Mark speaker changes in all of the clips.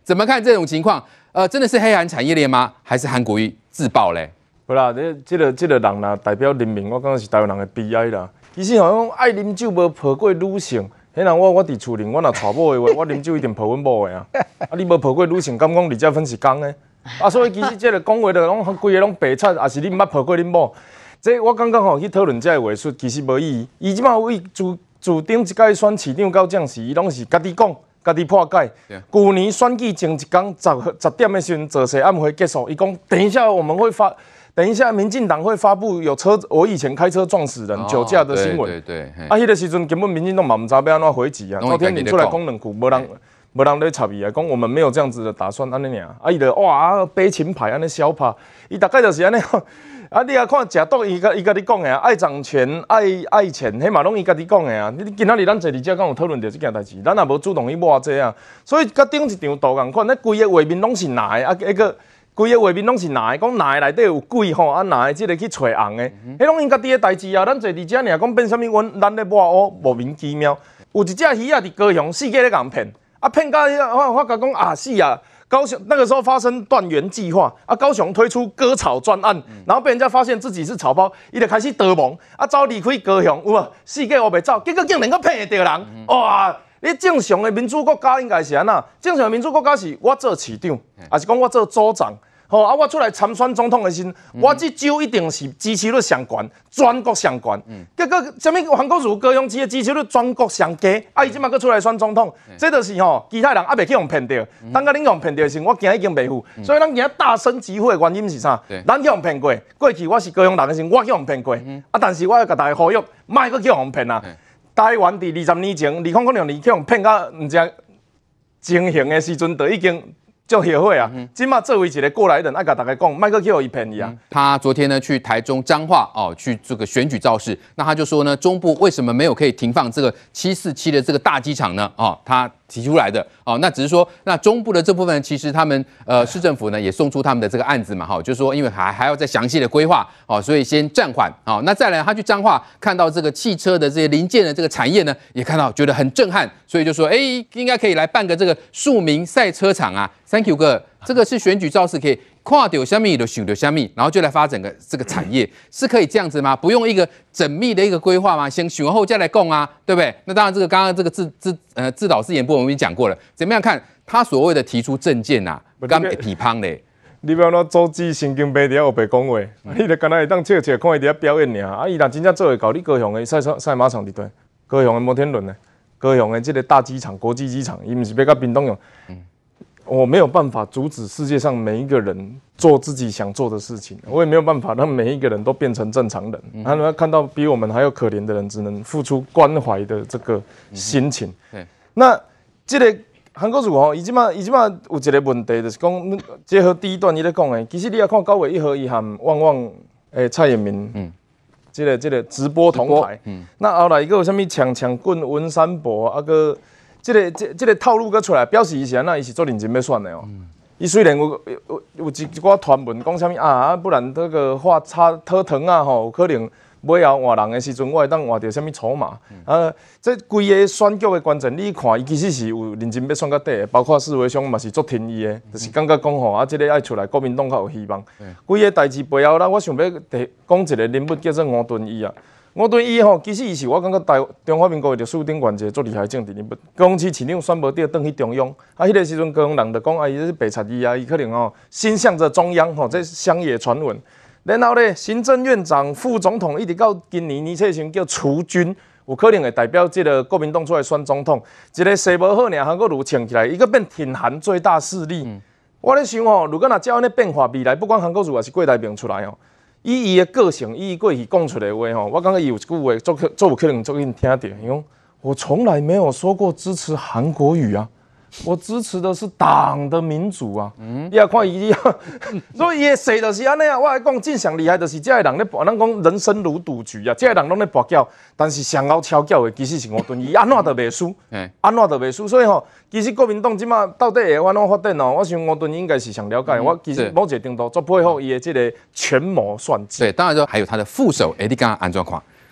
Speaker 1: 怎么看这种情况？真的是黑韩产业链吗？还是韩国瑜自爆嘞？
Speaker 2: 好啦，这个人啦，代表人民，我感觉是台湾人的悲哀啦。其实好像爱啉酒无抱过女性，迄人我伫厝里，我若娶某的话，我啉酒一定抱阮某的啊。啊，你无抱过女性，敢讲二者分是公的？啊，所以其实这个讲话就拢规个拢白菜，也是你毋捌抱过恁某。这我感觉吼，去讨论这个话术，其实无意义。伊即马为自顶一届选市长到将士，伊拢是家己讲。家己破解。去年选举前一天10点的时候，坐席暗会结束，伊讲等一下等一下民进党会发布我以前开车撞死人酒驾的新闻。
Speaker 1: 对。
Speaker 2: 啊，迄个时阵根本民进党嘛唔知要安怎回击啊。昨天你出来讲两句，无人咧插伊啊，讲我们没有这样子的打算安尼尔。啊，伊就哇悲情牌安尼小拍，伊大概就是安尼。啊！你啊看食毒，伊家己讲的啊，爱掌权、爱钱，迄嘛拢伊家己讲的啊。你今仔日咱坐伫遮敢有讨论到这件代志，咱也无主动去抹这啊。所以甲顶一场图共款，那规个画面拢是拿的啊，个规个画面拢是拿的，讲拿的内底有鬼吼，啊拿的即个去找红的，迄拢因家己的代志啊。咱坐伫遮尔讲变啥物，咱咧抹黑莫名其妙。有一只鱼仔伫高雄，世界咧共骗，啊骗到我甲讲啊是啊。高雄那个时候发生断垣计划啊，高雄推出割草专案，然后被人家发现自己是草包，伊就开始逃亡啊，走离开高雄，有啊，世界我袂走，结果竟然阁骗得到人，哇！你正常的民主国家应该是安那？正常的民主国家是我做市长，还是讲我做组长？吼啊！我出来参选总统的时，我这州一定是支持率上悬，全国上悬。结果什么韩国瑜高雄市的支持率全国上低，啊！伊即马佫出来选总统，这就是吼其他人还袂去用骗到。当甲恁用骗到的时，我惊已经袂赴。所以咱今仔大声集会的原因是啥？咱去用骗过，过去我是高雄人的时，我去用骗过。啊，但是我要甲大家呼吁，莫佫去用骗啊！台湾伫20年前，2006年去用骗到毋知情形的时阵，就已经。就后悔啊！今嘛作为一个过来人，爱甲大家讲，麦克去伊骗伊啊。
Speaker 1: 他昨天呢去台中彰化去这个选举造势，那他就说呢，中部为什么没有可以停放这个747的这个大机场呢？他提出来的那只是说，那中部的这部分其实他们市政府呢也送出他们的这个案子嘛，就是说因为还要再详细的规划所以先暂缓那再来他去彰化看到这个汽车的这些零件的这个产业呢，也看到觉得很震撼，所以就说应该可以来办个这个庶民赛车场啊。Thank you 哥，这个是选举造势可以跨掉虾米就想掉虾米，然后就来发展这个产业，是可以这样子吗？不用一个缜密的一个规划吗？先选完后再来供啊，对不对？那当然，刚刚这个自导自演部我们已经讲过了，怎么样看他所谓的提出政见啊，刚批判嘞？
Speaker 2: 你要怎阻止神经病伫后白讲话？你就干那会当笑看伊伫遐表演尔。啊，伊若真正做会到，你高雄的赛马场伫对，高雄的摩天轮呢，高雄的这个大机场、国际机场，伊毋是要甲屏东用。我没有办法阻止世界上每一个人做自己想做的事情，我也没有办法让每一个人都变成正常人。他们看到比我们还要可怜的人，只能付出关怀的这个心情。那这个韩国瑜伊即马有一个问题，就是讲结合第一段伊咧讲的，其实你要看9月1号伊和旺旺蔡衍明，这个直播同台，那后来又有啥物强棍文山博啊个。这个套路佫出来，表示伊是安那，伊是做认真要选的哦。伊虽然有一寡传闻讲啥物啊，不然这个画差特疼啊吼，有可能尾后换人的时阵，我会当换到啥物筹码这规个选举的关键，你看伊其实是有认真要选到底的，包括示威兄嘛是足挺伊的，就是感觉讲吼这个爱出来，国民党较有希望。规个代志背后啦，我想要讲一个人物叫做吴敦义啊。吴敦义其实伊是我感觉中华民国历史顶悬一个足厉害政治人物。高雄市市长选无到，转去中央。迄个时阵高雄人就讲伊是白贼伊伊可能心向着中央这乡野传闻。然后咧，行政院长、副总统一直到今年年初时叫除军，有可能会代表这个国民党出来选总统。一个势无好呢，韩国瑜撑起来，伊个变挺韩最大势力。我咧想如果照安尼变化，未来不管韩国瑜还是郭台铭出来以伊的个性，以伊过去讲出来的话我感觉伊有一句话做有可能做人听到，伊讲我从来没有说过支持韩国瑜啊，我支持的是党的民主啊。你也看伊所以伊的势就是安尼啊。我来讲，真上厉害就是这个人咧博，咱讲人生如赌局啊，这个人拢咧博缴，但是上后敲缴的其实是吴敦义，安怎都袂输，安怎都袂输。所以其实国民党即马到底会安怎发展我想吴敦义应该是上了解。我其实某一个程度做配合伊的这个权谋算计。
Speaker 1: 对，当然说还有他的副手，你刚刚安怎看？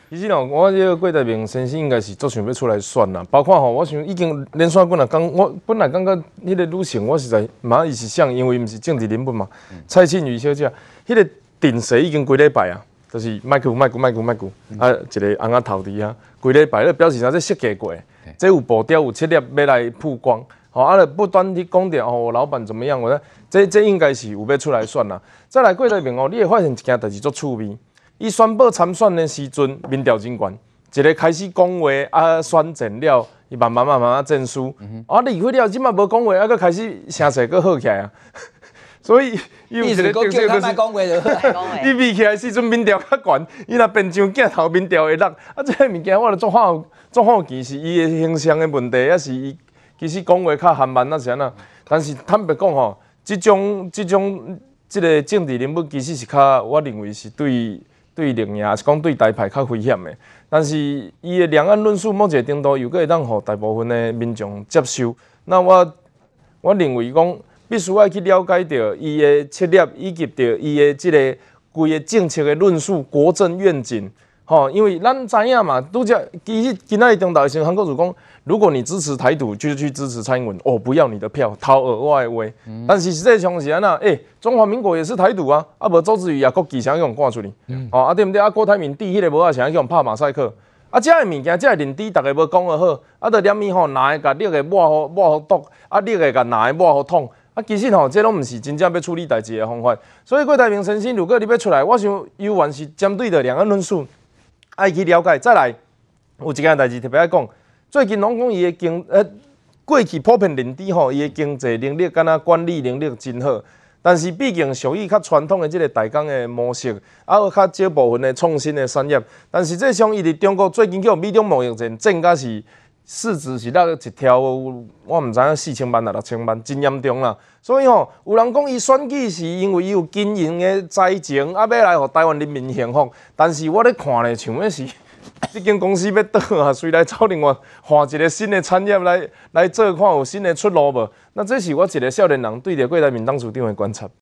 Speaker 2: 其实哦，我这个郭台铭先生应该是足想要出来选啦，包括吼，我想已经连选几啊，我本来感觉迄个女性，我实在嘛伊是想，因为毋是政治人物嘛，蔡庆瑜小姐，迄个定势已经几礼拜啊，就是麦克，啊，一个红仔头伫啊，几礼拜咧表示啥，这设计过，这有步调有策略要来曝光，吼，啊，不断去讲着哦，老板怎么样，我说这应该是有要出来选啦。再来郭台铭哦，你会发现一件代志足趣味。伊宣布参选的时阵，民调真悬，一个开始讲话，啊选战了，伊慢慢证输，啊离开了，即马无讲话，啊佫开始声势佫好起来啊，所以伊有一个特色就是，伊比起来时阵民调较悬，伊若变上镜头民调会落，啊这个物件我就足好奇是伊的形象的问题，还是伊其实讲话较含慢啊是安那？但是坦白讲吼，即个政治人物其实是较，我认为是对另也是讲对台派较危险的，但是伊的两岸论述某一个程度又会当互大部分的民众接受。那我认为讲必须要去了解到伊的策略，以及到伊的即个规个政策的论述、国政愿景。吼，因为咱知影嘛，拄则其实今仔日中岛的时候，韩国就讲，如果你支持台独，就去支持蔡英文，哦，不要你的票，掏额外的话。但是实际上是安那，中华民国也是台独啊，啊无周子瑜也国旗想去互赶出去，哦啊对不对？啊郭台铭递迄个无啊，想去互拍马赛克，啊这个物件，这个认知大家无讲得好，啊就连伊吼拿个甲你个抹互毒，啊你个甲拿个抹互捅。啊，其实吼，这拢毋是真正要处理代志的方法。所以郭台铭先生，如果你要出来，我想犹原是针对着两岸论述。爱去了解，再来有一件代志特别爱讲。最近拢讲伊的过去普遍认知吼，伊的经济能力、敢若管理能力真好，但是毕竟属于较传统的即个代工的模式，啊，有较少部分的创新的产业。但实际上，伊伫中国最近叫美中贸易战，正甲是市值是那一条，我毋知影4000万啊6000万，真严重啦。所以吼，有人讲伊选举是因为伊有经营的才情，啊，要来互台湾人民幸福。但是我咧看咧，像要是这间公司要倒啊，随来找另外换一个新的产业来做，看有新的出路无？那这是我一个少年人对着郭台铭当处长的观察。